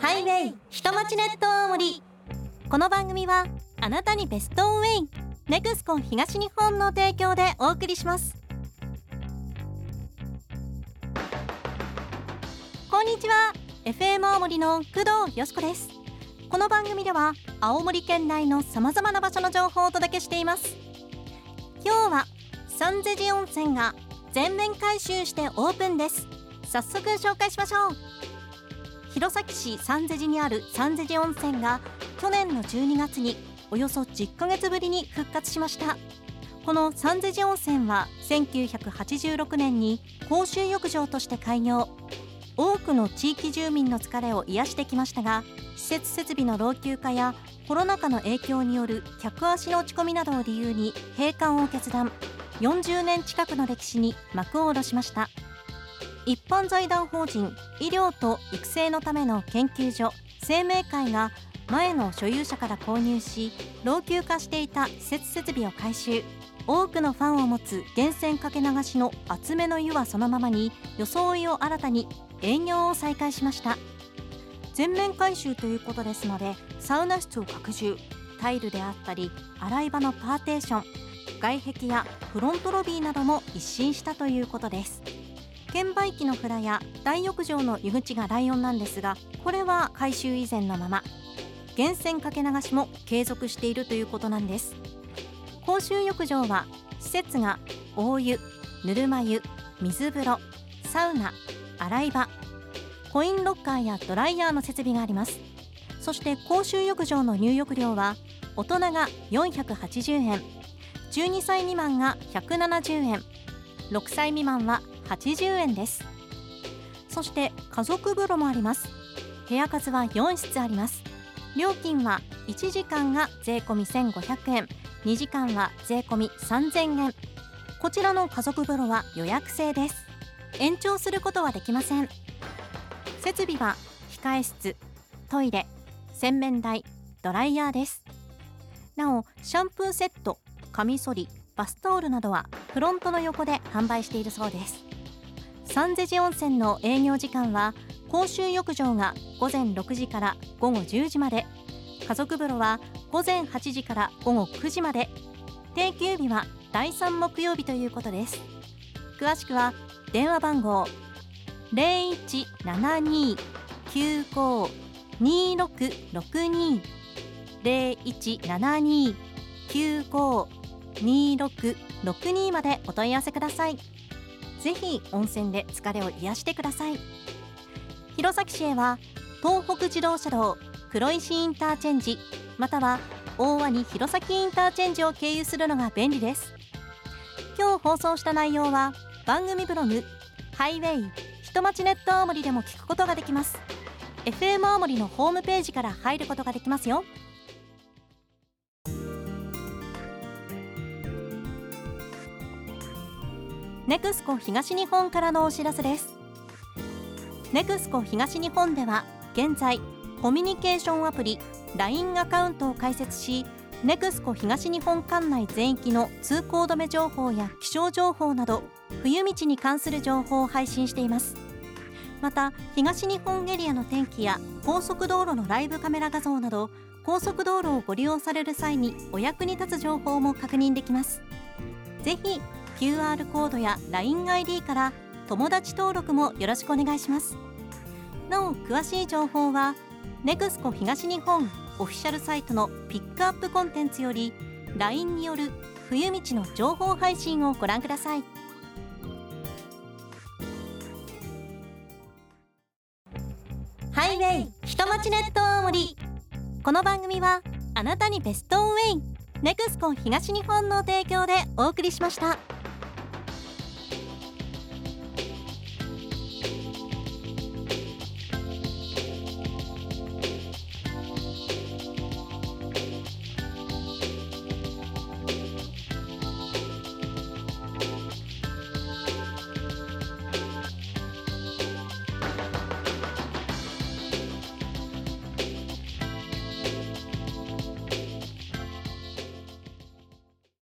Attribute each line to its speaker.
Speaker 1: ハイウェイ下町ネット大森。この番組はあなたにベストウェイネクスコ東日本の提供でお送りします。こんにちは、 FM 青森の工藤よしこです。この番組では青森県内のさまざまな場所の情報をお届けしています。今日は三世寺温泉が全面改修してオープンです。早速紹介しましょう。弘前市三世寺にある三世寺温泉が去年の12月におよそ10ヶ月ぶりに復活しました。この三世寺温泉は1986年に公衆浴場として開業。多くの地域住民の疲れを癒してきましたが、施設設備の老朽化やコロナ禍の影響による客足の落ち込みなどを理由に閉館を決断。40年近くの歴史に幕を下ろしました。一般財団法人医療と育成のための研究所生命会が前の所有者から購入し、老朽化していた施設設備を改修。多くのファンを持つ源泉かけ流しの熱めの湯はそのままに、装いを新たに営業を再開しました。全面改修ということですので、サウナ室を拡充、タイルであったり洗い場のパーテーション、外壁やフロントロビーなども一新したということです。券売機の札や大浴場の湯口がライオンなんですが、これは改修以前のまま。源泉かけ流しも継続しているということなんです。公衆浴場は施設が大湯、ぬるま湯、水風呂、サウナ、洗い場、コインロッカーやドライヤーの設備があります。そして公衆浴場の入浴料は大人が480円、12歳未満が170円、6歳未満は80円です。そして家族風呂もあります。部屋数は4室あります。料金は1時間が税込み1500円、2時間は税込み3000円。こちらの家族風呂は予約制です。延長することはできません。設備は控え室、トイレ、洗面台、ドライヤーです。なおシャンプーセット、カミソリ、バスタオルなどはフロントの横で販売しているそうです。三世寺温泉の営業時間は公衆浴場が午前6時から午後10時まで、家族風呂は午前8時から午後9時まで、定休日は第3木曜日ということです。詳しくは電話番号 0172-95-2662 0172-95-2662までお問い合わせください。ぜひ温泉で疲れを癒してください。弘前市へは東北自動車道黒石インターチェンジ、または大鰐弘前インターチェンジを経由するのが便利です。今日放送した内容は番組ブログハイウェイ下町ネット青森でも聞くことができます。 FM 青森のホームページから入ることができますよ。ネクスコ東日本からのお知らせです。ネクスコ東日本では現在コミュニケーションアプリ LINE アカウントを開設し、ネクスコ東日本管内全域の通行止め情報や気象情報など冬道に関する情報を配信しています。また東日本エリアの天気や高速道路のライブカメラ画像など、高速道路をご利用される際にお役に立つ情報も確認できます。ぜひ QR コードや LINE ID から友達登録もよろしくお願いします。なお詳しい情報はネクスコ東日本オフィシャルサイトのピックアップコンテンツより LINE による冬道の情報配信をご覧ください。ハイウェイ下町ネット大森。この番組はあなたにベストウェイネクスコ東日本の提供でお送りしました。